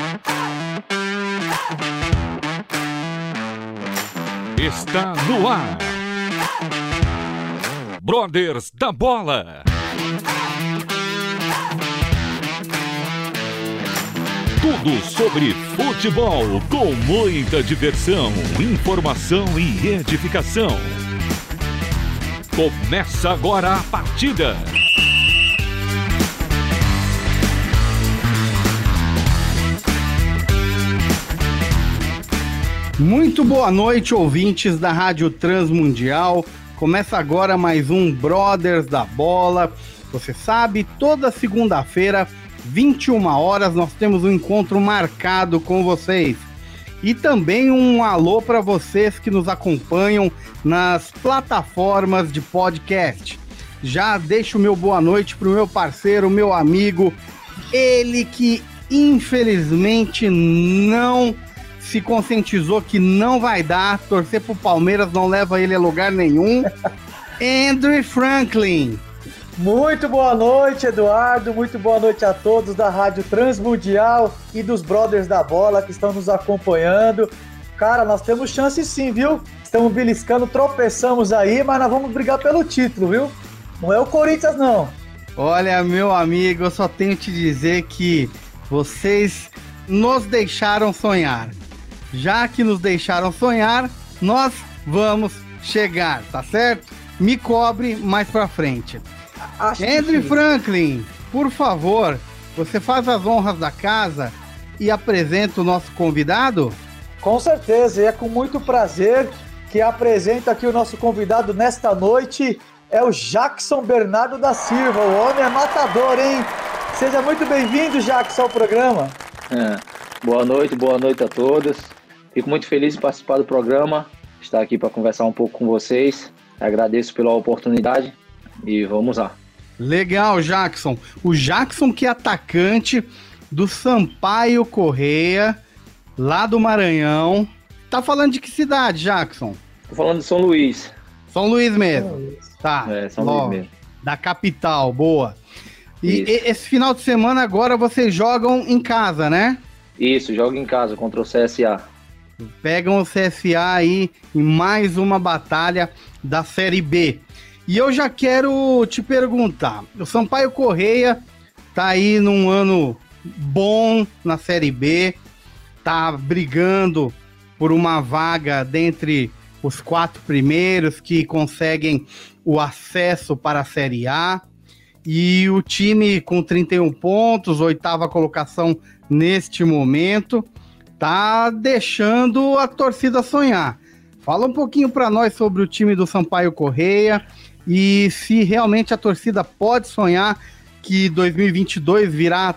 Está no ar. Brothers da Bola. Tudo sobre futebol com muita diversão, informação e edificação. Começa agora a partida. Muito boa noite, ouvintes da Rádio Transmundial. Começa agora mais um Brothers da Bola. Você sabe, toda segunda-feira, 21 horas, nós temos um encontro marcado com vocês. E também um alô para vocês que nos acompanham nas plataformas de podcast. Já deixo o meu boa noite para o meu parceiro, meu amigo, ele que infelizmente não se conscientizou que não vai dar, torcer pro Palmeiras não leva ele a lugar nenhum. Andrew Franklin. Muito boa noite, Eduardo, muito boa noite a todos da Rádio Transmundial e dos Brothers da Bola que estão nos acompanhando. Cara, nós temos chance sim, viu? Estamos beliscando, tropeçamos aí, mas nós vamos brigar pelo título, viu? Não é o Corinthians, não. Olha, meu amigo, eu só tenho te dizer que vocês nos deixaram sonhar. Já que nos deixaram sonhar, nós vamos chegar, tá certo? Me cobre mais pra frente. Andrew Franklin, por favor, você faz as honras da casa e apresenta o nosso convidado? Com certeza, e é com muito prazer que apresento aqui o nosso convidado nesta noite, é o Jackson Bernardo da Silva, o homem é matador, hein? Seja muito bem-vindo, Jackson, ao programa. Boa noite a todos. Fico muito feliz em participar do programa, estar aqui para conversar um pouco com vocês. Agradeço pela oportunidade e vamos lá. Legal, Jackson. O Jackson que é atacante do Sampaio Corrêa, lá do Maranhão. Tá falando de que cidade, Jackson? Tô falando de São Luís. São Luís mesmo. Tá. São Luís mesmo. Da capital, boa. E esse final de semana agora vocês jogam em casa, né? Isso, jogo em casa contra o CSA. Pegam o CSA aí em mais uma batalha da Série B. E eu já quero te perguntar, o Sampaio Corrêa tá aí num ano bom na Série B, tá brigando por uma vaga dentre os 4 primeiros que conseguem o acesso para a Série A. E o time com 31 pontos, 8ª colocação neste momento, tá deixando a torcida sonhar. Fala um pouquinho para nós sobre o time do Sampaio Corrêa e se realmente a torcida pode sonhar que 2022 virá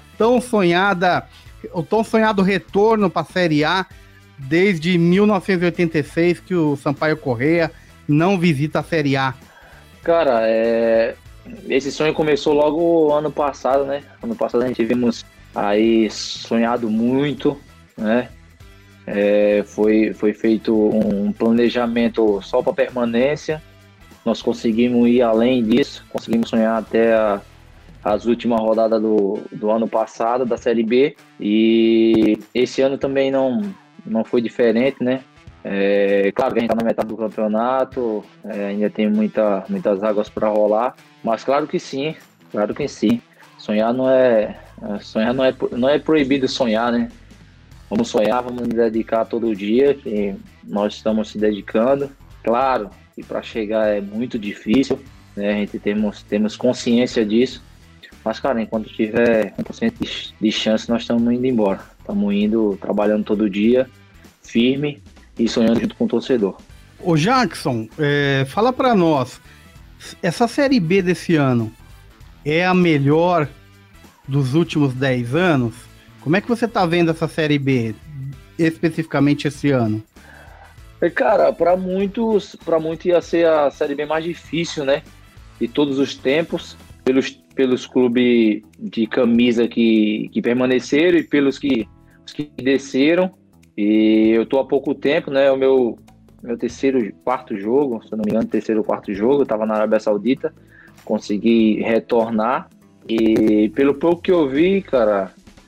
o tão sonhado retorno para a Série A desde 1986 que o Sampaio Corrêa não visita a Série A. Cara, esse sonho começou logo ano passado, né? Ano passado a gente vimos aí sonhado muito, né? Foi feito um planejamento só para permanência. Nós conseguimos ir além disso, conseguimos sonhar até as últimas rodadas do ano passado da Série B, e esse ano também não foi diferente, né? Claro que a gente está na metade do campeonato, ainda tem muitas águas para rolar, mas claro que sim. Sonhar não é proibido sonhar, né? Vamos sonhar, vamos nos dedicar todo dia, que nós estamos se dedicando. Claro que para chegar é muito difícil, né? A gente temos consciência disso, mas, cara, enquanto tiver 1% de chance, nós estamos indo embora. Estamos indo, trabalhando todo dia, firme e sonhando junto com o torcedor. Ô Jackson, fala para nós, essa Série B desse ano é a melhor dos últimos 10 anos? Como é que você tá vendo essa Série B, especificamente esse ano? Cara, para muitos ia ser a Série B mais difícil, né? De todos os tempos, pelos clubes de camisa que permaneceram e pelos que desceram. E eu tô há pouco tempo, né? O meu quarto jogo, se eu não me engano, terceiro ou quarto jogo, eu tava na Arábia Saudita, consegui retornar. E pelo pouco que eu vi, cara,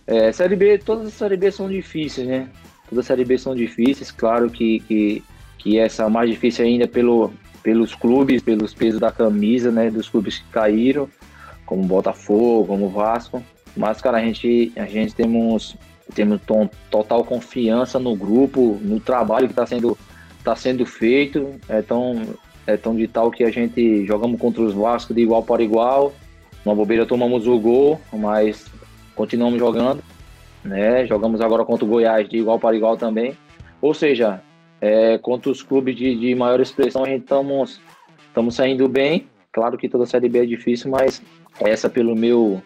Série B, todas as Série B são difíceis, né? Todas as Série B são difíceis, claro que essa é mais difícil ainda pelos clubes, pelos pesos da camisa, né? Dos clubes que caíram, como Botafogo, como Vasco. Mas, cara, a gente temos total confiança no grupo, no trabalho que está sendo feito. É tão de tal que a gente jogamos contra os Vasco de igual para igual. Uma bobeira tomamos o gol, mas continuamos jogando, né? Jogamos agora contra o Goiás de igual para igual também. Ou seja, contra os clubes de maior expressão, a gente estamos saindo bem. Claro que toda a Série B é difícil, mas essa pelos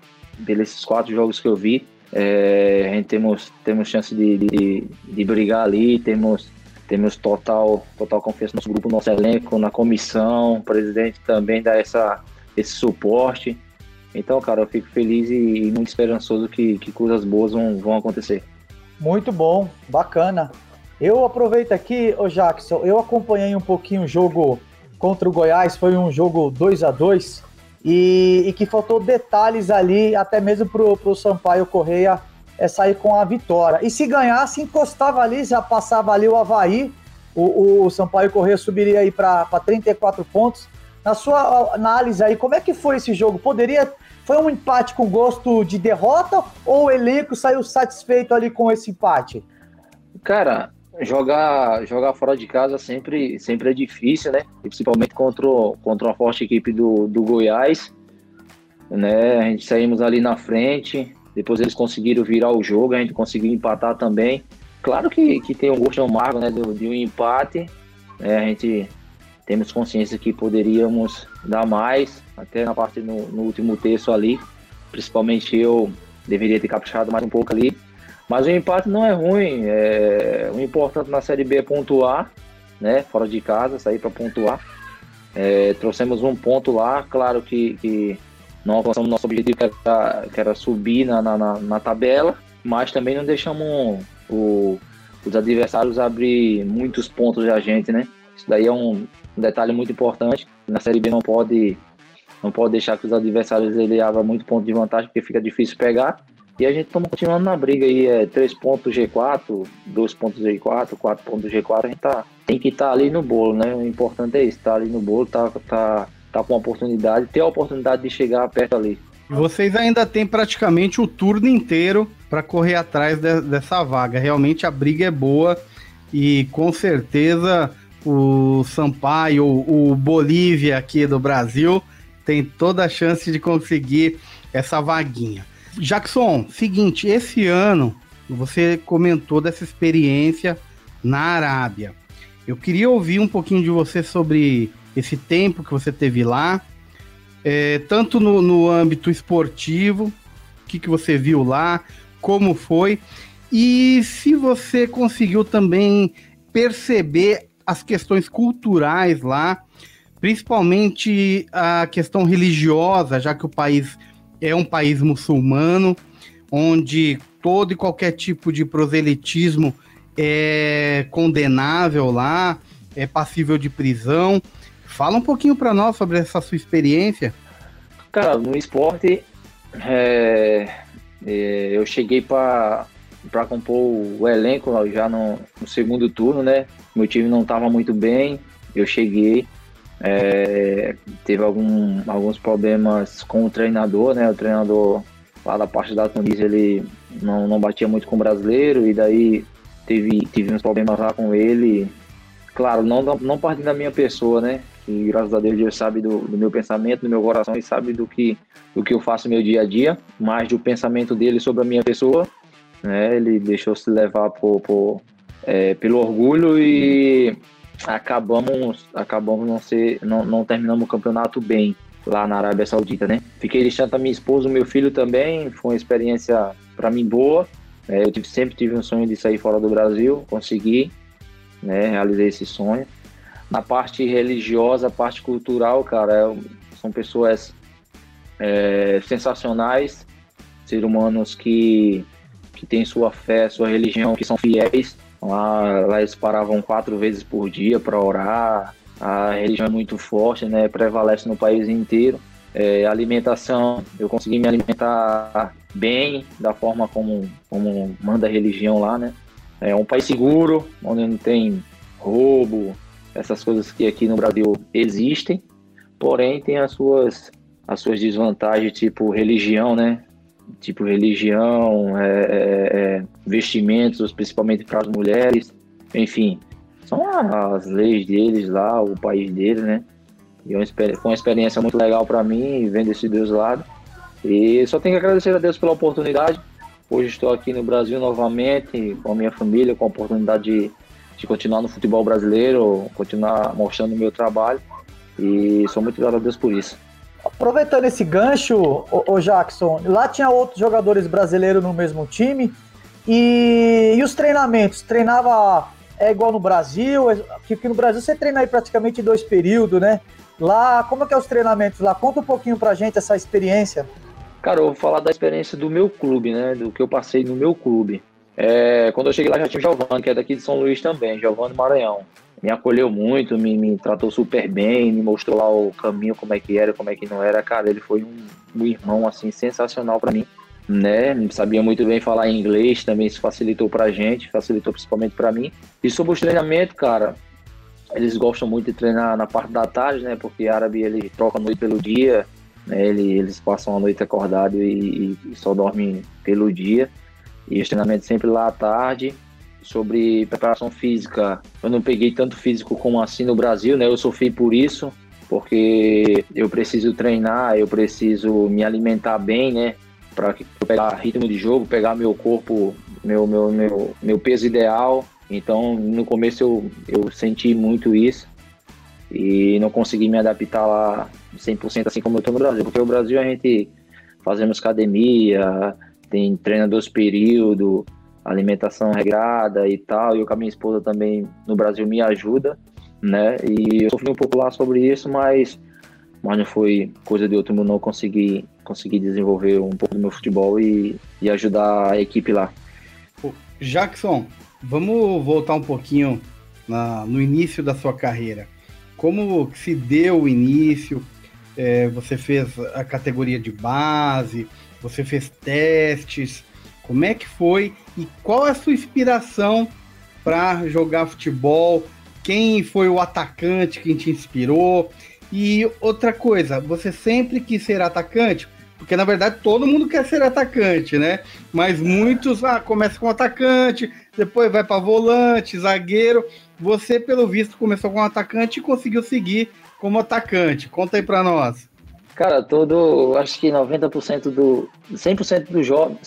4 jogos que eu vi, a gente temos chance de brigar ali, temos total confiança no nosso grupo, no nosso elenco, na comissão, o presidente também dá esse suporte. Então, cara, eu fico feliz e muito esperançoso que coisas boas vão acontecer. Muito bom, bacana. Eu aproveito aqui, Jackson, eu acompanhei um pouquinho o jogo contra o Goiás, foi um jogo 2-2 e que faltou detalhes ali, até mesmo pro Sampaio Corrêa sair com a vitória. E se ganhasse, encostava ali, já passava ali o Avaí, o Sampaio Corrêa subiria aí para 34 pontos. Na sua análise aí, como é que foi esse jogo? Foi um empate com gosto de derrota ou o elenco saiu satisfeito ali com esse empate? Cara, jogar fora de casa sempre é difícil, né? Principalmente contra uma forte equipe do Goiás, né? A gente saímos ali na frente, depois eles conseguiram virar o jogo, a gente conseguiu empatar também. Claro que tem um gosto amargo, né, de um empate, né? A gente temos consciência que poderíamos dar mais, até na parte no último terço ali, principalmente eu deveria ter caprichado mais um pouco ali. Mas o empate não é ruim, o importante na Série B é pontuar, né? Fora de casa, sair para pontuar. Trouxemos um ponto lá, claro que não alcançamos nosso objetivo, que era subir na tabela, mas também não deixamos os adversários abrir muitos pontos da gente, né? Isso daí é um detalhe muito importante. Na Série B não pode deixar que os adversários ele abram muito ponto de vantagem, porque fica difícil pegar. E a gente está continuando na briga aí, 3 pontos G4, 2 pontos G4, 4 pontos G4, a gente tem que estar ali no bolo, né? O importante é isso, estar ali no bolo, tá com a oportunidade, ter a oportunidade de chegar perto ali. Vocês ainda têm praticamente o turno inteiro para correr atrás dessa vaga. Realmente a briga é boa e com certeza o Sampaio, o Bolívia aqui do Brasil, tem toda a chance de conseguir essa vaguinha. Jackson, seguinte, esse ano você comentou dessa experiência na Arábia. Eu queria ouvir um pouquinho de você sobre esse tempo que você teve lá, tanto no âmbito esportivo, o que você viu lá, como foi, e se você conseguiu também perceber as questões culturais lá, principalmente a questão religiosa, já que o país é um país muçulmano, onde todo e qualquer tipo de proselitismo é condenável lá, é passível de prisão. Fala um pouquinho para nós sobre essa sua experiência. Cara, no esporte, eu cheguei para compor o elenco já no segundo turno, né? Meu time não estava muito bem, eu cheguei. Teve alguns problemas com o treinador, né? O treinador lá da parte da Tunísia, ele não batia muito com o brasileiro, e daí tive uns problemas lá com ele. Claro, não partindo da minha pessoa, né? Que graças a Deus sabe do meu pensamento, do meu coração, e sabe do que eu faço no meu dia a dia, mas do pensamento dele sobre a minha pessoa, né? Ele deixou se levar pelo orgulho e acabamos não terminamos o campeonato bem lá na Arábia Saudita, né? Fiquei distante da minha esposa, o meu filho também, foi uma experiência para mim boa. Eu sempre tive um sonho de sair fora do Brasil, consegui, né? Realizei esse sonho. Na parte religiosa, parte cultural, cara, são pessoas sensacionais, seres humanos que têm sua fé, sua religião, que são fiéis. Lá eles paravam 4 vezes por dia para orar. A religião é muito forte, né? Prevalece no país inteiro. Alimentação, eu consegui me alimentar bem, da forma como manda a religião lá, né? É um país seguro, onde não tem roubo, essas coisas que aqui no Brasil existem, porém tem as suas desvantagens, tipo religião, né? Tipo religião, vestimentos, principalmente para as mulheres, enfim, são as leis deles lá, o país deles, né? E foi uma experiência muito legal para mim, vendo esses dois lados. E só tenho que agradecer a Deus pela oportunidade. Hoje estou aqui no Brasil novamente, com a minha família, com a oportunidade de continuar no futebol brasileiro, continuar mostrando o meu trabalho. E sou muito grato a Deus por isso. Aproveitando esse gancho, ô Jackson, lá tinha outros jogadores brasileiros no mesmo time. E os treinamentos? Treinava igual no Brasil? Que no Brasil você treina aí praticamente em 2 períodos, né? Lá, como é que é os treinamentos lá? Conta um pouquinho pra gente essa experiência. Cara, eu vou falar da experiência do meu clube, né? Do que eu passei no meu clube. Quando eu cheguei lá já tinha o Giovani, que é daqui de São Luís também, Giovani Maranhão. Me acolheu muito, me tratou super bem, me mostrou lá o caminho, como é que era, como é que não era. Cara, ele foi um irmão, assim, sensacional pra mim, né? Sabia muito bem falar inglês, também isso facilitou pra gente, facilitou principalmente pra mim. E sobre os treinamentos, cara, eles gostam muito de treinar na parte da tarde, né? Porque árabe, ele troca a noite pelo dia, né? Eles passam a noite acordado e só dormem pelo dia. E os treinamentos sempre lá à tarde. Sobre preparação física, eu não peguei tanto físico como assim no Brasil, né? Eu sofri por isso, porque eu preciso treinar, eu preciso me alimentar bem, né? Para pegar ritmo de jogo, pegar meu corpo, meu peso ideal. Então, no começo eu senti muito isso e não consegui me adaptar lá 100% assim como eu estou no Brasil. Porque no Brasil a gente fazemos academia, tem treino 2 períodos, alimentação regrada e tal, e eu com a minha esposa também no Brasil me ajuda, né? E eu sofri um pouco lá sobre isso, mas não foi coisa de outro mundo, não consegui desenvolver um pouco do meu futebol e ajudar a equipe lá. Jackson, vamos voltar um pouquinho no início da sua carreira. Como se deu o início? Você fez a categoria de base, você fez testes, como é que foi e qual é a sua inspiração para jogar futebol? Quem foi o atacante que te inspirou? E outra coisa, você sempre quis ser atacante? Porque, na verdade, todo mundo quer ser atacante, né? Mas muitos começam com atacante, depois vai para volante, zagueiro. Você, pelo visto, começou com atacante e conseguiu seguir como atacante. Conta aí para nós. Cara, acho que 100% dos jovens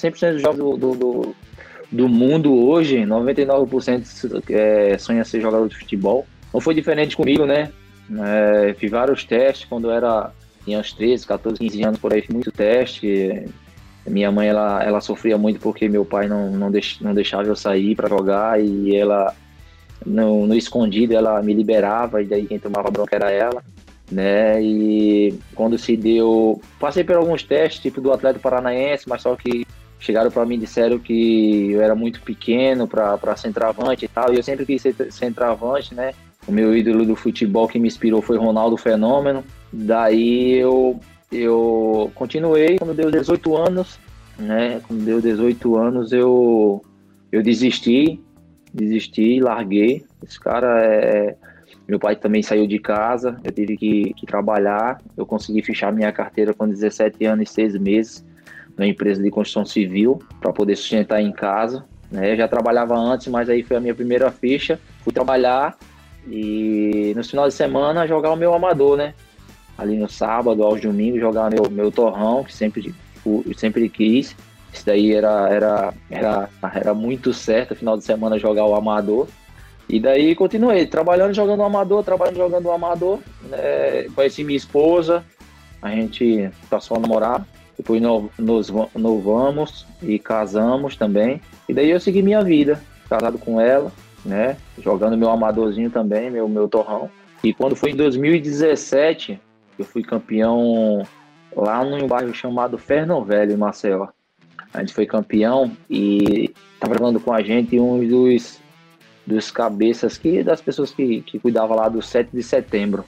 do mundo hoje, 99% sonha ser jogador de futebol. Não foi diferente comigo, né? Fiz vários testes quando tinha uns 13, 14, 15 anos por aí, fiz muito teste. Minha mãe, ela sofria muito porque meu pai não deixava eu sair para jogar e ela, no escondido, ela me liberava e daí quem tomava bronca era ela. Né? E quando se deu, passei por alguns testes, tipo do Atlético Paranaense, mas só que chegaram para mim e disseram que eu era muito pequeno para centroavante e tal, e eu sempre quis ser centroavante, né? O meu ídolo do futebol que me inspirou foi Ronaldo Fenômeno. Daí eu continuei. Quando deu 18 anos, né? Quando deu 18 anos eu desisti, larguei. Esse cara meu pai também saiu de casa, eu tive que trabalhar. Eu consegui fechar minha carteira com 17 anos e 6 meses na empresa de construção civil para poder sustentar em casa, né? Eu já trabalhava antes, mas aí foi a minha primeira ficha. Fui trabalhar e no final de semana jogar o meu amador, né? Ali no sábado, aos domingos, jogar meu torrão, que sempre quis. Isso daí era muito certo, final de semana jogar o amador. E daí continuei trabalhando, jogando o amador, né? Conheci minha esposa, a gente passou a namorar, depois nos vamos e casamos também. E daí eu segui minha vida, casado com ela, né? Jogando meu amadorzinho também, meu torrão. E quando foi em 2017, eu fui campeão lá num bairro chamado Fernovelho, em Maceió. A gente foi campeão e estava jogando com a gente um dos cabeças das pessoas que cuidavam lá do 7 de setembro.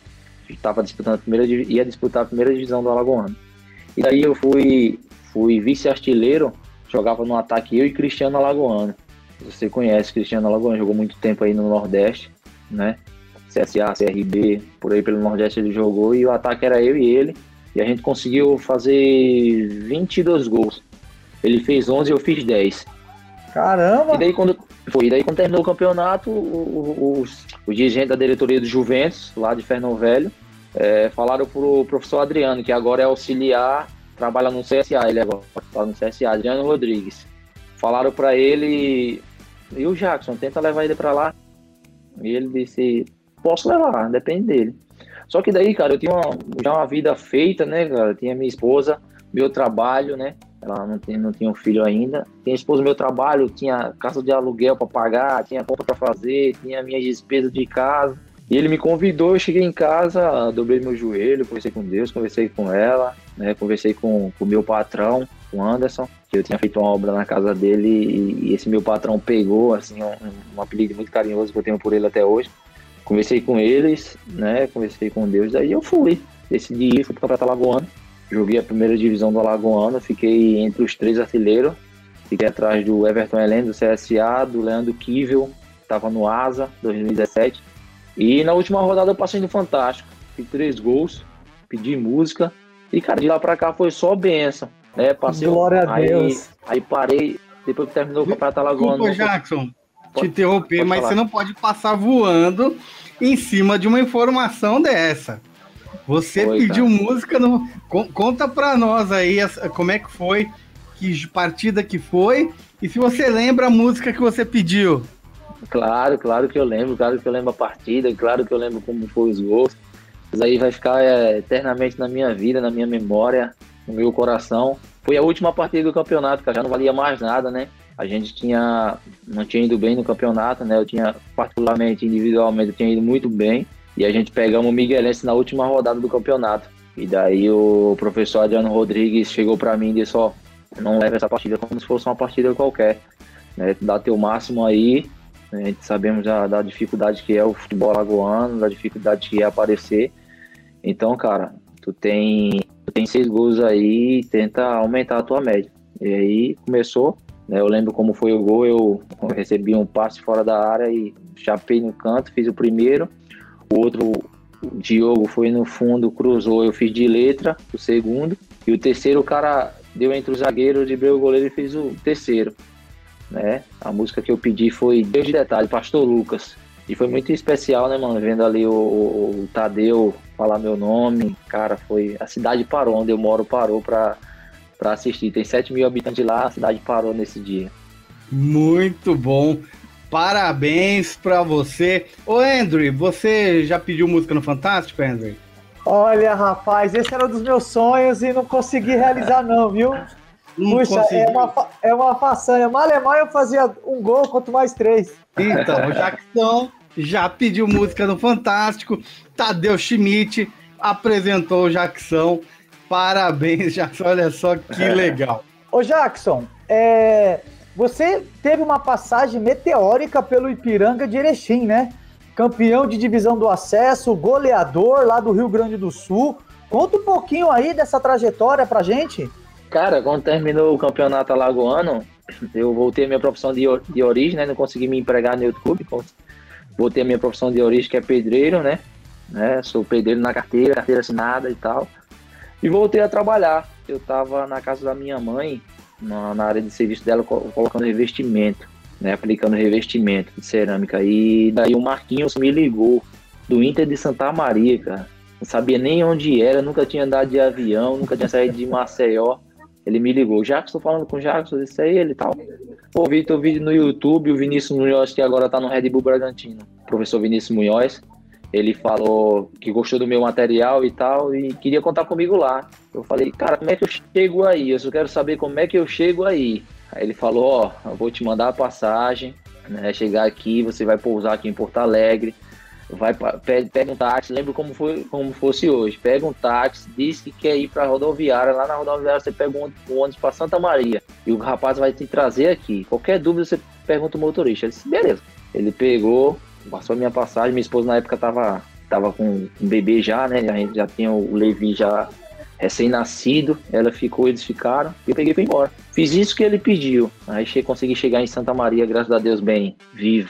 estava disputando ia disputar a primeira divisão do Alagoano. E daí eu fui vice-artilheiro, jogava no ataque eu e Cristiano Alagoano. Você conhece Cristiano Alagoano, jogou muito tempo aí no Nordeste, né? CSA, CRB, por aí pelo Nordeste ele jogou, e o ataque era eu e ele, e a gente conseguiu fazer 22 gols. Ele fez 11 e eu fiz 10. Caramba! E daí quando terminou o campeonato, o dirigente da diretoria do Juventus, lá de Fernão Velho, falaram pro professor Adriano, que agora é auxiliar, trabalha no CSA, ele agora tá no CSA, Adriano Rodrigues. Falaram para ele, e o Jackson, tenta levar ele para lá. E ele disse, posso levar, depende dele. Só que daí, cara, eu tinha já uma vida feita, né, cara? Eu tinha minha esposa, meu trabalho, né? Ela não tinha um filho ainda. Tinha esposa, meu trabalho, tinha casa de aluguel para pagar, tinha conta para fazer, tinha minhas despesas de casa. E ele me convidou, eu cheguei em casa, dobrei meu joelho, conversei com Deus, conversei com ela, né? Conversei com o meu patrão, com o Anderson, que eu tinha feito uma obra na casa dele e esse meu patrão pegou, assim, um apelido muito carinhoso que eu tenho por ele até hoje. Conversei com eles, né? Conversei com Deus, daí eu decidi ir, fui pro Campeonato Alagoano. Joguei a primeira divisão do Alagoano, fiquei entre os 3 artilheiros, fiquei atrás do Everton Heleno, do CSA, do Leandro Kivel, que estava no ASA, 2017. E na última rodada eu passei no Fantástico, fiz 3 gols, pedi música, e cara, de lá pra cá foi só bênção, né? Passei, glória a Deus. Aí parei, depois que terminou o Campeonato Alagoano. Desculpa, Jackson, te interromper, mas você não pode passar voando em cima de uma informação dessa. Você pediu música, conta pra nós aí como é que foi, que partida que foi, e se você lembra a música que você pediu. Claro que eu lembro, a partida, claro que eu lembro como foi os gols. Isso aí vai ficar eternamente na minha vida, na minha memória, no meu coração. Foi a última partida do campeonato, que já não valia mais nada, né? A gente não tinha ido bem no campeonato, né? Eu tinha, particularmente, individualmente, eu tinha ido muito bem. E a gente pegamos o Miguelense na última rodada do campeonato. E daí o professor Adriano Rodrigues chegou para mim e disse, não leva essa partida como se fosse uma partida qualquer, né? Dá teu máximo aí. A gente sabemos da dificuldade que é o futebol alagoano, da dificuldade que é aparecer. Então, cara, tu tem 6 gols aí, tenta aumentar a tua média. E aí começou, né? Eu lembro como foi o gol, eu recebi um passe fora da área e chapei no canto, fiz o primeiro. O outro, o Diogo, foi no fundo, cruzou, eu fiz de letra, o segundo. E o terceiro, o cara deu entre os zagueiros, driblei o goleiro e fez o terceiro, né? A música que eu pedi foi Deus de Detalhe, Pastor Lucas. E foi muito especial, né, mano? Vendo ali o Tadeu falar meu nome, cara, a cidade parou, onde eu moro parou pra assistir. Tem 7 mil habitantes lá, a cidade parou nesse dia. Muito bom. Parabéns pra você. Ô, Andrew, você já pediu música no Fantástico, Andrew? Olha, rapaz, esse era um dos meus sonhos e não consegui realizar não, viu? Puxa, é uma façanha. Mal eu fazia um gol, quanto mais 3. Então, o Jackson já pediu música no Fantástico. Tadeu Schmidt apresentou o Jackson. Parabéns, Jackson. Olha só que legal. Ô, Jackson, você teve uma passagem meteórica pelo Ipiranga de Erechim, né? Campeão de divisão do acesso, goleador lá do Rio Grande do Sul. Conta um pouquinho aí dessa trajetória pra gente. Cara, quando terminou o campeonato alagoano, eu voltei à minha profissão de origem, né? Não consegui me empregar no outro clube. Voltei à minha profissão de origem, que é pedreiro, né? Sou pedreiro na carteira assinada e tal. E voltei a trabalhar. Eu tava na casa da minha mãe, na área de serviço dela, colocando revestimento, né? Aplicando revestimento de cerâmica. E daí o Marquinhos me ligou, do Inter de Santa Maria, cara. Não sabia nem onde era, nunca tinha andado de avião, nunca tinha saído de Maceió. Ele me ligou, Jackson, tô falando com o Jackson, isso aí, ele e tal. Pô, vi teu vídeo no YouTube, o Vinícius Munhoz, que agora tá no Red Bull Bragantino. O professor Vinícius Munhoz, ele falou que gostou do meu material e tal, e queria contar comigo lá. Eu falei, cara, como é que eu chego aí? Eu só quero saber como é que eu chego aí. Aí ele falou, eu vou te mandar a passagem, né? Chegar aqui, você vai pousar aqui em Porto Alegre. Pega um táxi, lembra como fosse hoje, pega um táxi, diz que quer ir para a rodoviária, lá na rodoviária você pega um ônibus para Santa Maria e o rapaz vai te trazer aqui, qualquer dúvida você pergunta o motorista. Eu disse, beleza. Ele pegou, passou a minha passagem, minha esposa na época estava tava com um bebê já, né? A gente já tinha o Levi já recém-nascido, eles ficaram, e eu peguei e fui embora. Fiz isso que ele pediu, aí consegui chegar em Santa Maria, graças a Deus, bem, vivo.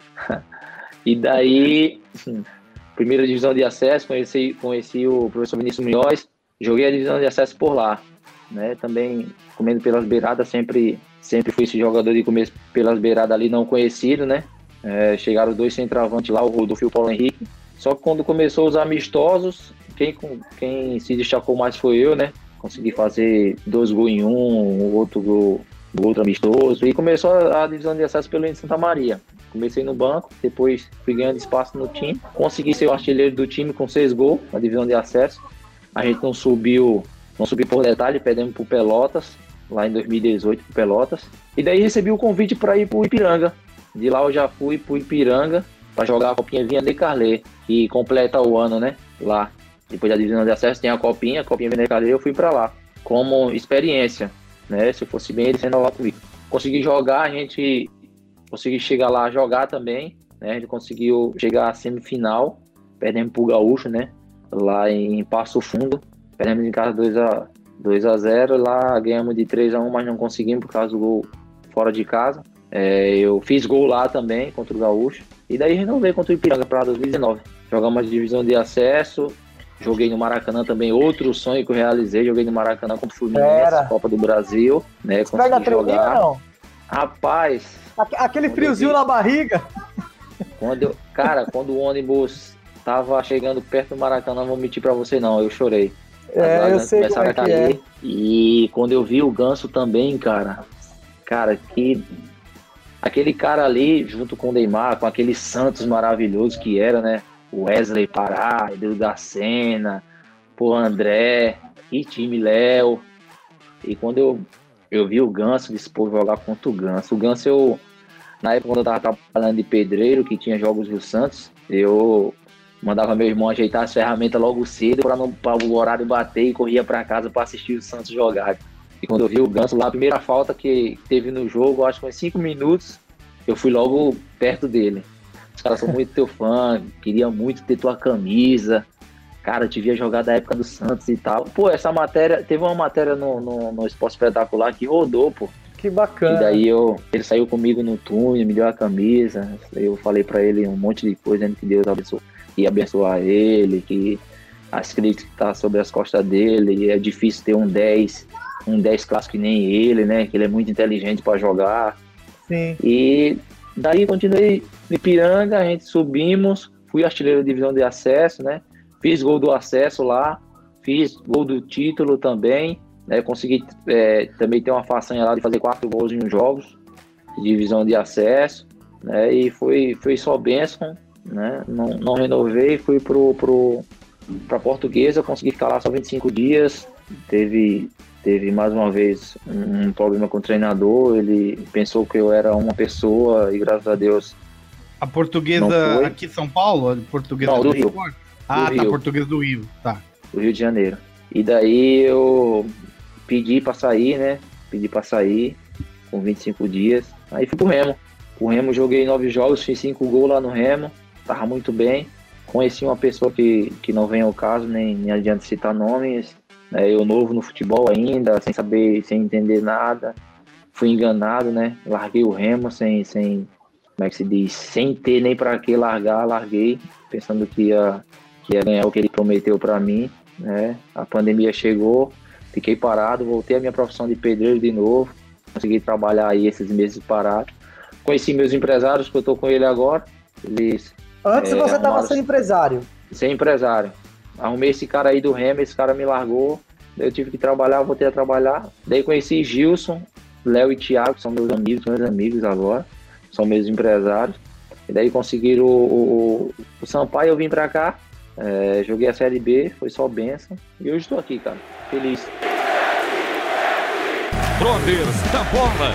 E daí, primeira divisão de acesso, conheci o professor Vinícius Munhoz, joguei a divisão de acesso por lá, né? Também comendo pelas beiradas, sempre fui esse jogador de comer pelas beiradas ali, não conhecido, né? Chegaram os 2 centroavantes lá, o Rodolfo e o Paulo Henrique. Só que quando começou os amistosos, quem se destacou mais foi eu, né? Consegui fazer 2 gols em o outro amistoso. E começou a divisão de acesso pelo Santa Maria. Comecei no banco, depois fui ganhando espaço no time. Consegui ser o artilheiro do time com 6 gols na divisão de acesso. A gente não subiu por detalhe, perdemos pro Pelotas, lá em 2018 pro Pelotas. E daí recebi o convite para ir pro Ipiranga. De lá eu já fui pro Ipiranga para jogar a Copinha Vinha de Carlê, que completa o ano, né? Lá. Depois da divisão de acesso tem a Copinha Vinha de Carlê, eu fui para lá. Como experiência, né? Se eu fosse bem, eles renovaram comigo. Consegui jogar, consegui chegar lá a jogar também, né? A gente conseguiu chegar à semifinal, perdemos pro Gaúcho, né? Lá em Passo Fundo. Perdemos em casa 2-0, lá ganhamos de 3-1, mas não conseguimos por causa do gol fora de casa. Eu fiz gol lá também contra o Gaúcho. E daí renovei contra o Ipiranga para 2019. Jogamos a divisão de acesso. Joguei no Maracanã também, outro sonho que eu realizei. Joguei no Maracanã contra o Fluminense, Copa do Brasil, né? Consegui jogar. Não? Rapaz, aquele friozinho na barriga. Quando o ônibus tava chegando perto do Maracanã, não vou mentir pra você não, eu chorei. Eu sei como é que é. E quando eu vi o Ganso também, cara, que aquele cara ali, junto com o Neymar, com aquele Santos maravilhoso que era, né? O Wesley Pará, Edu da Sena, o André, e time Léo. E quando eu vi o Ganso, disse, pô, jogar contra o Ganso. O Ganso, na época, quando eu tava trabalhando de pedreiro, que tinha jogos do Santos, eu mandava meu irmão ajeitar as ferramentas logo cedo para o horário bater e corria para casa para assistir o Santos jogar. E quando eu vi o Ganso lá, a primeira falta que teve no jogo, acho que foi 5 minutos, eu fui logo perto dele. Os caras são muito teu fã, queria muito ter tua camisa. Cara, eu te via jogar da época do Santos e tal. Pô, essa matéria, teve uma matéria no Esporte Espetacular que rodou, pô. Que bacana. E daí ele saiu comigo no túnel, me deu a camisa. Eu falei pra ele um monte de coisa, que Deus ia abençoar ele, que as críticas que tá sobre as costas dele, é difícil ter um 10 clássico que nem ele, né? Que ele é muito inteligente pra jogar. Sim. E daí continuei no Ipiranga, a gente subimos, fui artilheiro da divisão de acesso, né? Fiz gol do acesso lá, fiz gol do título também, né? Consegui também ter uma façanha lá de fazer 4 gols em jogos de divisão de acesso, né? E foi só bênção, né? Não renovei, fui pra Portuguesa, consegui ficar lá só 25 dias, teve mais uma vez um problema com o treinador, ele pensou que eu era uma pessoa e graças a Deus. A Portuguesa aqui em São Paulo? A Portuguesa não, do Rio. Ah, tá, Portuguesa do Rio, tá. Do Rio de Janeiro. E daí eu pedi pra sair, né? Com 25 dias. Aí fui pro Remo. O Remo joguei 9 jogos, fiz 5 gols lá no Remo. Tava muito bem. Conheci uma pessoa que não vem ao caso, nem adianta citar nomes. Eu novo no futebol ainda, sem saber, sem entender nada. Fui enganado, né? Larguei o Remo sem como é que se diz? Sem ter nem pra que larguei, pensando que ia ganhar o que ele prometeu pra mim, né? A pandemia chegou, fiquei parado, voltei à minha profissão de pedreiro de novo, consegui trabalhar aí esses meses parados. Conheci meus empresários, que eu tô com ele agora. Antes você tava sendo empresário? Sem empresário. Arrumei esse cara aí do Remo, esse cara me largou, daí eu tive que trabalhar, voltei a trabalhar. Daí conheci Gilson, Léo e Thiago, que são meus amigos agora, são meus empresários. E daí conseguiram o Sampaio, eu vim pra cá, joguei a Série B, foi só bênção. E hoje estou aqui, cara, feliz. Brothers da Bola.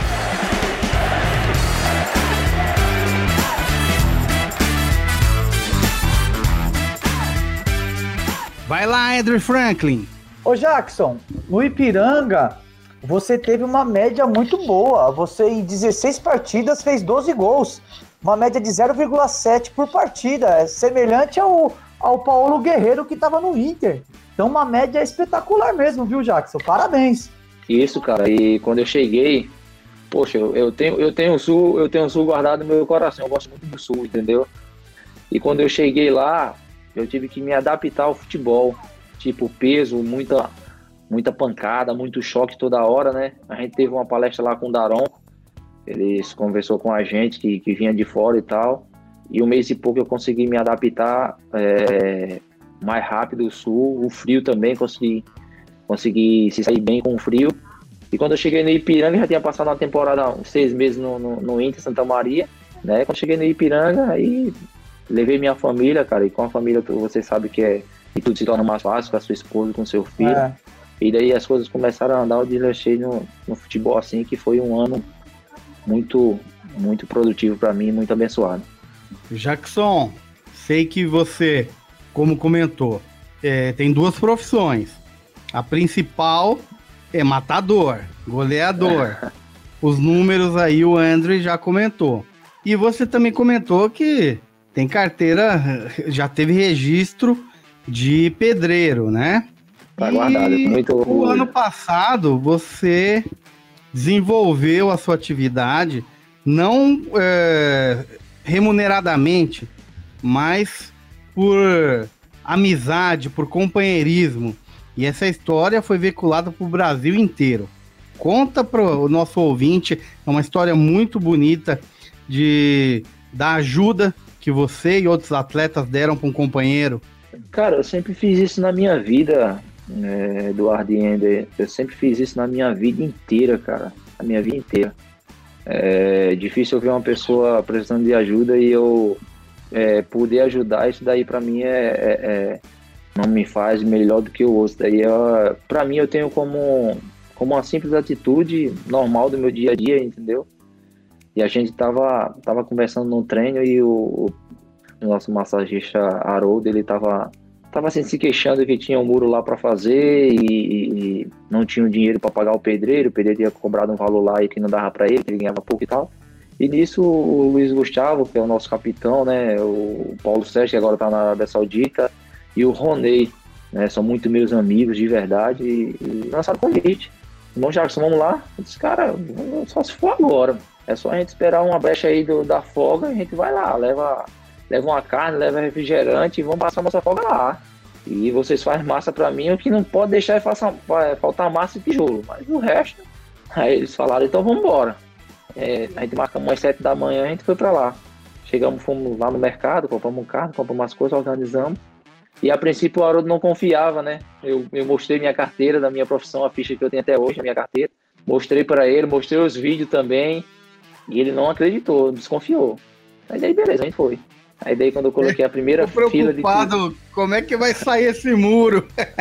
Vai lá, Andrew Franklin. Ô Jackson, no Ipiranga, você teve uma média muito boa. Você, em 16 partidas, fez 12 gols. Uma média de 0,7 por partida. É semelhante ao ao Paulo Guerreiro, que estava no Inter. Então, uma média espetacular mesmo, viu, Jackson? Parabéns. Isso, cara. E quando eu cheguei, poxa, eu tenho o Sul guardado no meu coração. Eu gosto muito do Sul, entendeu? E quando eu cheguei lá, eu tive que me adaptar ao futebol. Tipo, peso, muita pancada, muito choque toda hora, né? A gente teve uma palestra lá com o Daronco. Ele conversou com a gente que vinha de fora e tal. E um mês e pouco eu consegui me adaptar mais rápido ao Sul. O frio também, consegui se sair bem com o frio. E quando eu cheguei no Ipiranga, já tinha passado uma temporada, uns 6 meses no Inter Santa Maria, né? Quando cheguei no Ipiranga, aí levei minha família, cara. E com a família, você sabe que tudo se torna mais fácil, com a sua esposa, com o seu filho. E daí as coisas começaram a andar, eu desleixei no futebol, assim, que foi um ano muito, muito produtivo para mim, muito abençoado. Jackson, sei que você, como comentou, tem 2 profissões. A principal é matador, goleador. Os números aí o André já comentou. E você também comentou que tem carteira, já teve registro de pedreiro, né? Tá guardado, muito o ano passado você desenvolveu a sua atividade não remuneradamente, mas por amizade, por companheirismo. E essa história foi veiculada para o Brasil inteiro. Conta para o nosso ouvinte, é uma história muito bonita da ajuda que você e outros atletas deram para um companheiro. Cara, eu sempre fiz isso na minha vida, Eduardo e Ender. Eu sempre fiz isso na minha vida inteira, cara. A minha vida inteira. É difícil eu ver uma pessoa precisando de ajuda e eu poder ajudar. Isso daí pra mim não me faz melhor do que o outro. Daí pra mim eu tenho como uma simples atitude normal do meu dia a dia, entendeu? E a gente tava conversando no treino e o nosso massagista Haroldo, ele tava assim, se queixando que tinha um muro lá para fazer e não tinha o dinheiro para pagar o pedreiro tinha cobrado um valor lá e que não dava para ele, que ele ganhava pouco e tal. E nisso o Luiz Gustavo, que é o nosso capitão, né, o Paulo Sérgio, que agora tá na Arábia Saudita, e o Ronei, né, são muito meus amigos de verdade e lançaram convite. Irmão Jackson, vamos lá? Eu disse, cara, só se for agora. É só a gente esperar uma brecha aí da folga e a gente vai lá, leva uma carne, leva refrigerante e vamos passar nossa folga lá. E vocês fazem massa pra mim, o que não pode deixar é faltar massa e tijolo. Mas o resto, aí eles falaram, então vamos embora. A gente marcamos às 7 da manhã, a gente foi pra lá. Chegamos, fomos lá no mercado, compramos um carro, compramos umas coisas, organizamos. E a princípio o Haroldo não confiava, né? Eu mostrei minha carteira da minha profissão, a ficha que eu tenho até hoje, a minha carteira. Mostrei pra ele, mostrei os vídeos também. E ele não acreditou, desconfiou. Aí daí beleza, a gente foi. Aí daí quando eu coloquei a primeira fila de... como é que vai sair esse muro?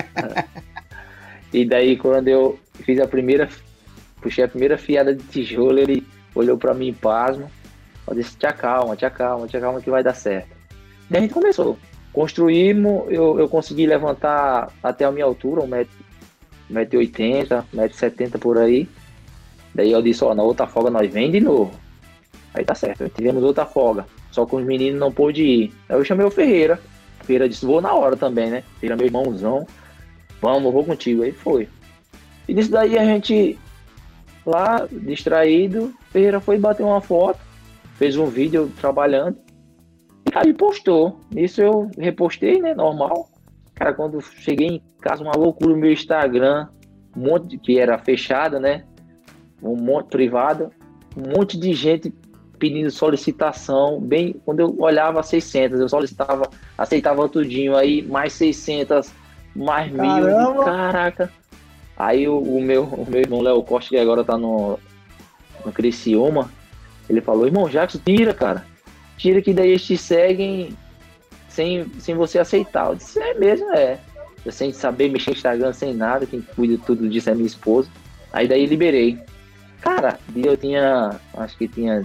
E daí quando eu puxei a primeira fiada de tijolo, ele olhou pra mim pasmo. Eu disse, te acalma que vai dar certo. Daí a gente começou. Construímos, eu consegui levantar até a minha altura, 1,80m, 1,70m por aí. Daí eu disse, na outra folga nós vem de novo. Aí tá certo, tivemos outra folga. Só que os meninos não pôde ir. Aí eu chamei o Ferreira. O Ferreira disse, vou na hora também, né? Ferreira, meu irmãozão. Vamos, eu vou contigo. Aí foi. E nisso daí a gente, lá, distraído, Ferreira foi bater uma foto. Fez um vídeo trabalhando. E aí postou. Isso eu repostei, né? Normal. Cara, quando cheguei em casa, uma loucura no meu Instagram. Um monte que era fechado, né? Um monte privado, um monte de gente pedindo solicitação, bem, quando eu olhava 600, eu aceitava tudinho, aí mais 600, mais 1.000, caraca. Aí o meu irmão Léo Costa, que agora tá no Criciúma, ele falou, irmão Jackson, tira, cara, tira que daí eles te seguem sem você aceitar. Eu disse, mesmo, eu sem saber mexer no Instagram, sem nada, quem cuida tudo disso é minha esposa. Aí daí liberei. Cara, eu acho que tinha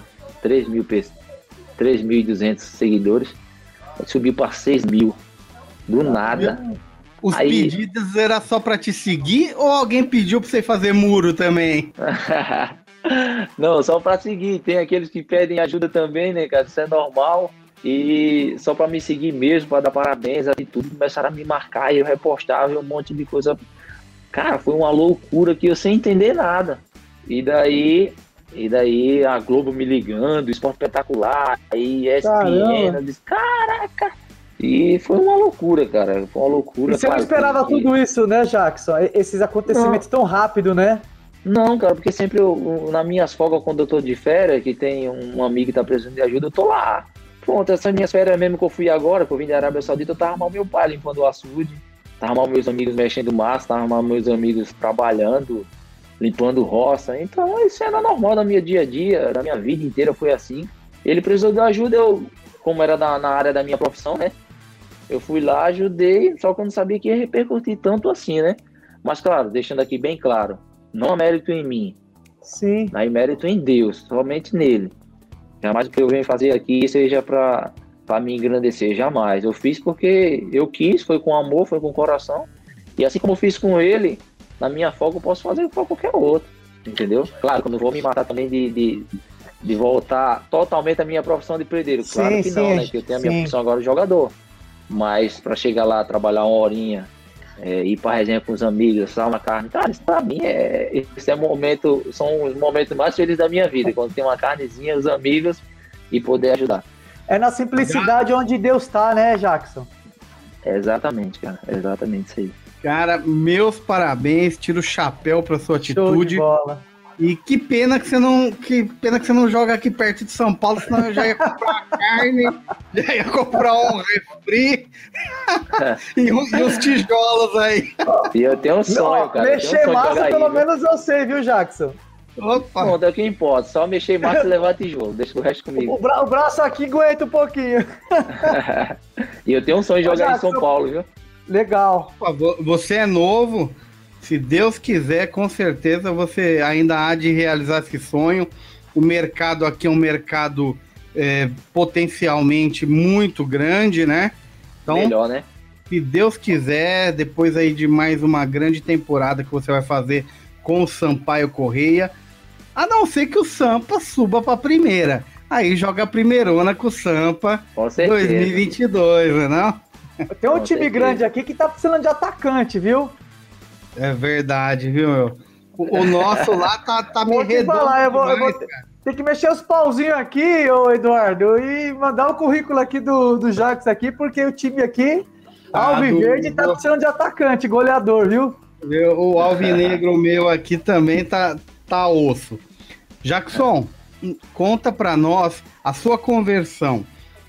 3.200 seguidores, subiu para 6.000, do nada. Os pedidos era só para te seguir ou alguém pediu para você fazer muro também? Não, só para seguir. Tem aqueles que pedem ajuda também, né, cara? Isso é normal. E só para me seguir mesmo, para dar parabéns, atitude, começaram a me marcar e eu repostava um monte de coisa. Cara, foi uma loucura que eu sem entender nada. E daí a Globo me ligando, Esporte Espetacular, aí ESPN, eu disse, caraca! E foi uma loucura, cara, foi uma loucura. E você não esperava tudo isso, né, Jackson? Esses acontecimentos tão rápido, né? Não, cara, porque sempre nas minhas folgas, quando eu tô de férias, que tem um amigo que tá precisando de ajuda, eu tô lá. Pronto, essas minhas férias mesmo que eu fui agora, que eu vim da Arábia Saudita, eu tava arrumando meu pai limpando o açude, tava arrumando meus amigos mexendo massa, tava arrumando meus amigos trabalhando, limpando roça. Então isso era normal no meu dia a dia, na minha vida inteira foi assim. Ele precisou de ajuda, eu, como era na área da minha profissão, né? Eu fui lá, ajudei, só que eu não sabia que ia repercutir tanto assim, né? Mas claro, deixando aqui bem claro, não há mérito em mim. Sim. Há mérito em Deus, somente nele. Jamais o que eu venho fazer aqui seja para me engrandecer, jamais. Eu fiz porque eu quis, foi com amor, foi com coração. E assim como eu fiz com ele, na minha folga eu posso fazer com qualquer outro, entendeu? Claro, quando eu vou me matar também de voltar totalmente à minha profissão de predeiro. Claro que não, né? Que eu tenho a minha profissão agora de jogador. Mas para chegar lá, trabalhar uma horinha, ir para resenha com os amigos, assar uma carne, cara, isso para mim são os momentos mais felizes da minha vida, quando tem uma carnezinha, os amigos e poder ajudar. É na simplicidade onde Deus tá, né, Jackson? Exatamente, cara, exatamente isso aí. Cara, meus parabéns, tiro o chapéu pra sua atitude. Show de bola. E que pena que você não joga aqui perto de São Paulo, senão eu já ia comprar carne, já ia comprar um refri e uns tijolos aí. E eu tenho um sonho, cara. Mexer massa, pelo menos eu sei, viu, Jackson? Opa! Bom, é o que importa, só mexer massa e levar tijolo, deixa o resto comigo. O braço aqui aguenta um pouquinho. E eu tenho um sonho de jogar em São Paulo, viu? Legal. Você é novo. Se Deus quiser, com certeza você ainda há de realizar esse sonho. O mercado aqui é um mercado potencialmente muito grande, né? Então, melhor, né? Se Deus quiser, depois aí de mais uma grande temporada que você vai fazer com o Sampaio Corrêa, a não ser que o Sampa suba para a primeira. Aí joga a primeirona com o Sampa 2022, né? Não? Tem um time grande aqui que tá precisando de atacante, viu? É verdade, viu, meu? O nosso lá tá meio redondo. Falar, eu vou ter que mexer os pauzinhos aqui, ô Eduardo, e mandar o currículo aqui do Jax aqui, porque o time aqui, Alviverde, tá precisando de atacante, goleador, viu? O Alvinegro meu aqui também tá osso. Jackson, conta pra nós a sua conversão.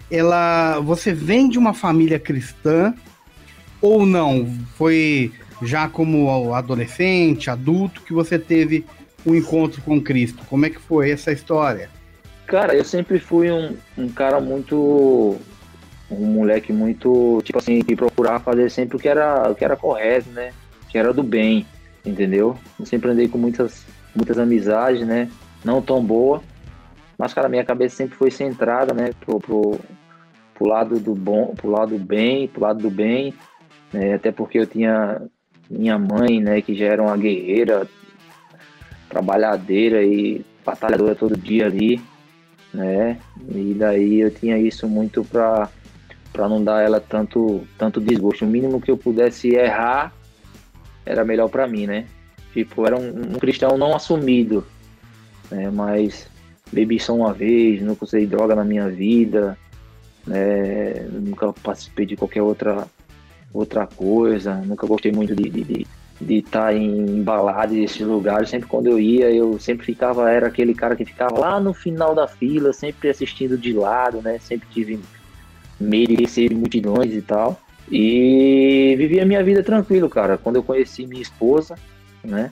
Você vem de uma família cristã ou não? Foi já como adolescente, adulto, que você teve um encontro com Cristo? Como é que foi essa história? Cara, eu sempre fui um cara muito... um moleque muito, tipo assim, que procurava fazer sempre o que era correto, né? Que era do bem, entendeu? Eu sempre andei com muitas amizades, né? Não tão boa, mas, cara, minha cabeça sempre foi centrada, né? Pro lado do bom, pro lado do bem, né? Até porque eu tinha minha mãe, né, que já era uma guerreira, trabalhadeira e batalhadora todo dia ali, né, e daí eu tinha isso muito para não dar ela tanto desgosto. O mínimo que eu pudesse errar era melhor para mim, né, tipo, era um cristão não assumido, né, mas bebi só uma vez, nunca usei droga na minha vida, né, nunca participei de qualquer outra coisa, nunca gostei muito de estar em baladas desses lugares. Sempre quando eu ia, eu sempre era aquele cara que ficava lá no final da fila, sempre assistindo de lado, né? Sempre tive medo de receber multidões e tal. E vivi a minha vida tranquilo, cara. Quando eu conheci minha esposa, né?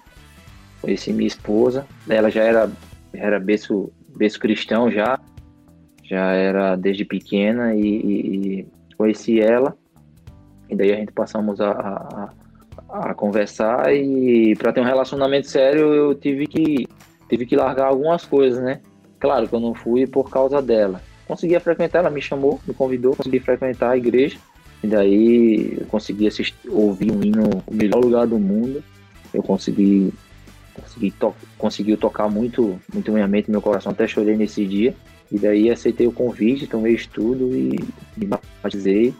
Ela já era berço cristão já era desde pequena e conheci ela. E daí a gente passamos a conversar, e para ter um relacionamento sério eu tive que largar algumas coisas, né? Claro que eu não fui por causa dela. Conseguia frequentar, ela me chamou, me convidou, consegui frequentar a igreja. E daí eu consegui ouvir um hino, O Melhor Lugar do Mundo. Eu conseguiu tocar muito minha mente e meu coração, até chorei nesse dia. E daí aceitei o convite, tomei estudo e me batizei.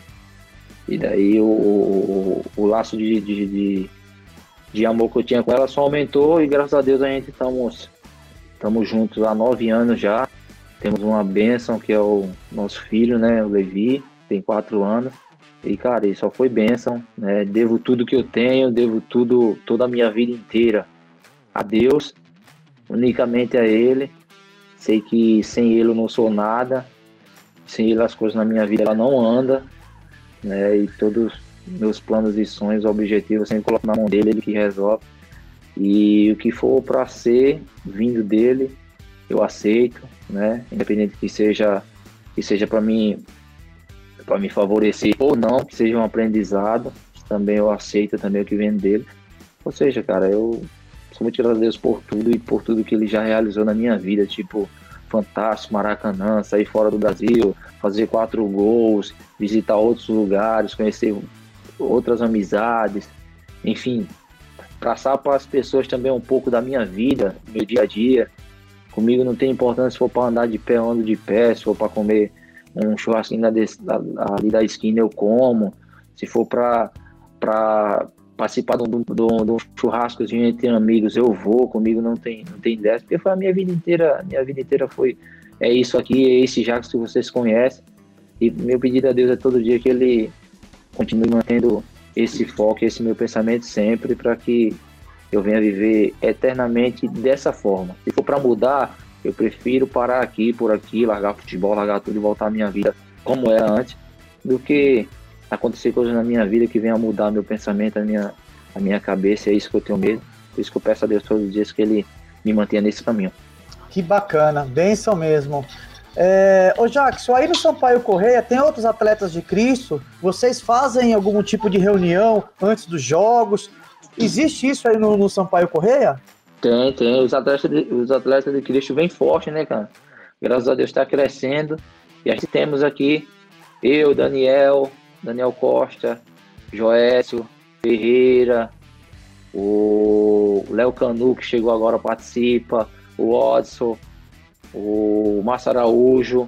E daí o laço de amor que eu tinha com ela só aumentou e graças a Deus a gente estamos juntos há 9 anos já. Temos uma bênção que é o nosso filho, né, o Levi, tem 4 anos. E, cara, ele só foi bênção, né? Devo tudo que eu tenho, devo tudo, toda a minha vida inteira a Deus, unicamente a Ele. Sei que sem Ele eu não sou nada, sem Ele as coisas na minha vida ela não andam, né? E todos meus planos e sonhos, objetivos, eu sempre coloco na mão dele, Ele que resolve. E o que for para ser vindo dele, eu aceito, né? Independente que seja para mim me favorecer ou não, que seja um aprendizado, também eu aceito também o que vem dele. Ou seja, cara, eu sou muito grato a Deus por tudo e por tudo que ele já realizou na minha vida, tipo Fantástico, Maracanã, sair fora do Brasil, fazer 4 gols, visitar outros lugares, conhecer outras amizades, enfim, passar para as pessoas também um pouco da minha vida, meu dia a dia. Comigo não tem importância se for para andar de pé, eu ando de pé, se for para comer um churrasquinho ali da esquina eu como, se for para participar de um churrascozinho entre amigos eu vou, comigo não tem dessa, porque foi a minha vida inteira é isso aqui, é esse Jacques que vocês conhecem, e meu pedido a Deus é todo dia que ele continue mantendo esse foco, esse meu pensamento sempre, para que eu venha viver eternamente dessa forma. Se for para mudar, eu prefiro parar aqui, por aqui, largar futebol, largar tudo e voltar à minha vida como era antes, do que acontecer coisas na minha vida que venham mudar meu pensamento, a minha cabeça. É isso que eu tenho medo. Por isso que eu peço a Deus todos os dias que Ele me mantenha nesse caminho. Que bacana, bênção mesmo. Ô Jackson, aí no Sampaio Corrêa tem outros atletas de Cristo? Vocês fazem algum tipo de reunião antes dos jogos? Existe isso aí no Sampaio Corrêa? Tem. Os atletas de Cristo vêm forte, né, cara? Graças a Deus está crescendo. E a gente temos aqui eu, Daniel Costa, Joécio Ferreira, o Léo Canu, que chegou agora, participa, o Odson, o Márcio Araújo,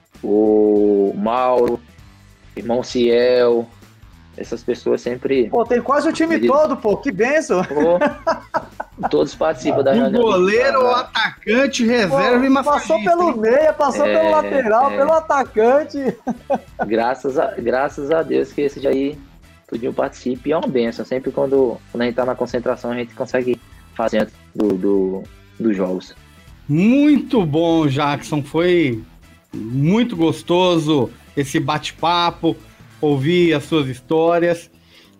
o Mauro, irmão Ciel. Essas pessoas sempre... Pô, tem quase o time todo, pô, que benção! Todos participam da reunião. O goleiro, o atacante, reserva e massagista. Passou pelo meia, passou pelo lateral, pelo atacante. Graças a Deus que esse aí tudinho participa e é uma benção. Sempre quando a gente tá na concentração, a gente consegue fazer antes dos jogos. Muito bom, Jackson. Foi muito gostoso esse bate-papo, ouvir as suas histórias.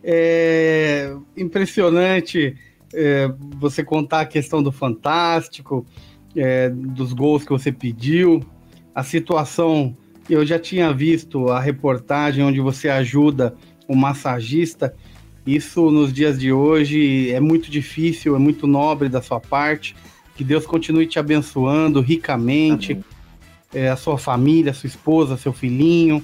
É impressionante você contar a questão do Fantástico, dos gols que você pediu, a situação. Eu já tinha visto a reportagem onde você ajuda o massagista. Isso nos dias de hoje é muito difícil, é muito nobre da sua parte. Que Deus continue te abençoando ricamente, a sua família, a sua esposa, seu filhinho,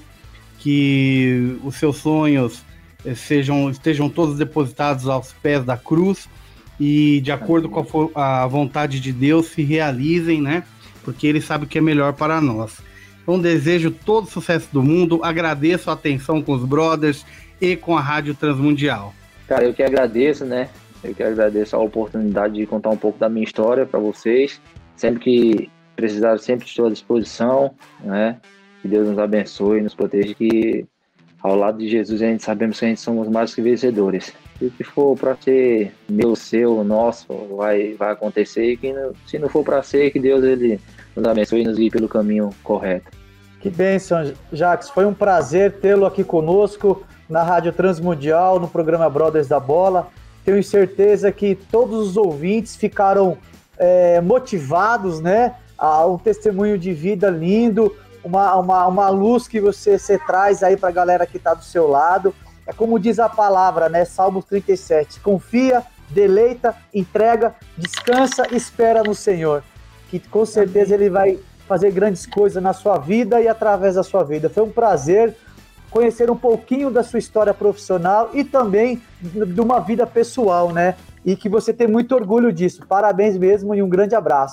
que os seus sonhos estejam todos depositados aos pés da cruz e de acordo com a vontade de Deus se realizem, né? Porque Ele sabe o que é melhor para nós. Então desejo todo o sucesso do mundo, agradeço a atenção com os brothers e com a Rádio Transmundial. Cara, eu que agradeço, né? Eu que agradeço a oportunidade de contar um pouco da minha história para vocês. Sempre que precisar, sempre estou à disposição, né? Que Deus nos abençoe e nos proteja, que ao lado de Jesus a gente sabemos que a gente somos mais que vencedores. E o que for para ser meu, seu, nosso, vai acontecer. E que se não for para ser, que Deus ele nos abençoe e nos guie pelo caminho correto. Que bênção, Jacques. Foi um prazer tê-lo aqui conosco na Rádio Transmundial, no programa Brothers da Bola. Tenho certeza que todos os ouvintes ficaram motivados, né? A um testemunho de vida lindo, uma luz que você traz aí para a galera que está do seu lado. É como diz a palavra, né? Salmos 37. Confia, deleita, entrega, descansa, espera no Senhor. Que com certeza Ele vai fazer grandes coisas na sua vida e através da sua vida. Foi um prazer conhecer um pouquinho da sua história profissional e também de uma vida pessoal, né? E que você tem muito orgulho disso. Parabéns mesmo e um grande abraço.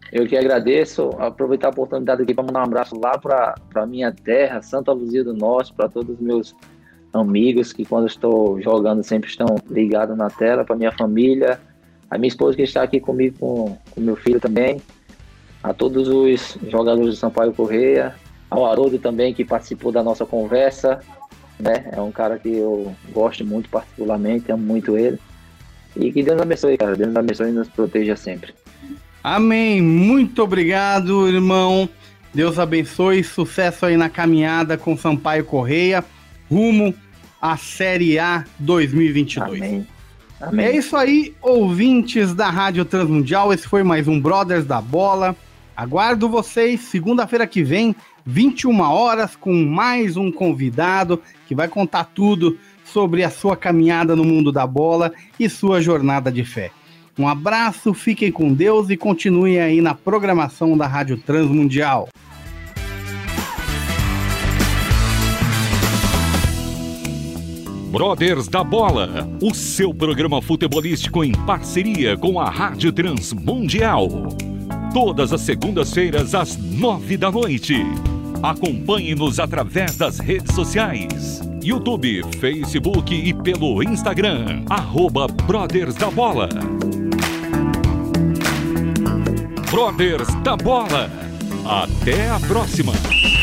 Eu que agradeço, aproveitar a oportunidade aqui para mandar um abraço lá para minha terra, Santa Luzia do Norte, para todos os meus amigos que quando eu estou jogando sempre estão ligados na tela, para minha família, a minha esposa que está aqui comigo com meu filho também, a todos os jogadores do Sampaio Corrêa, ao Haroldo também que participou da nossa conversa, né? É um cara que eu gosto muito particularmente, amo muito ele. E que Deus abençoe, cara. Deus abençoe e nos proteja sempre. Amém. Muito obrigado, irmão. Deus abençoe. Sucesso aí na caminhada com Sampaio Corrêa, rumo à Série A 2022. Amém. Amém. É isso aí, ouvintes da Rádio Transmundial. Esse foi mais um Brothers da Bola. Aguardo vocês segunda-feira que vem, 21 horas, com mais um convidado que vai contar tudo sobre a sua caminhada no mundo da bola e sua jornada de fé. Um abraço, fiquem com Deus e continuem aí na programação da Rádio Transmundial. Brothers da Bola, o seu programa futebolístico em parceria com a Rádio Transmundial. Todas as segundas-feiras às 21h. Acompanhe-nos através das redes sociais, YouTube, Facebook e pelo Instagram, @Brothers da Bola. Brothers da Bola. Até a próxima.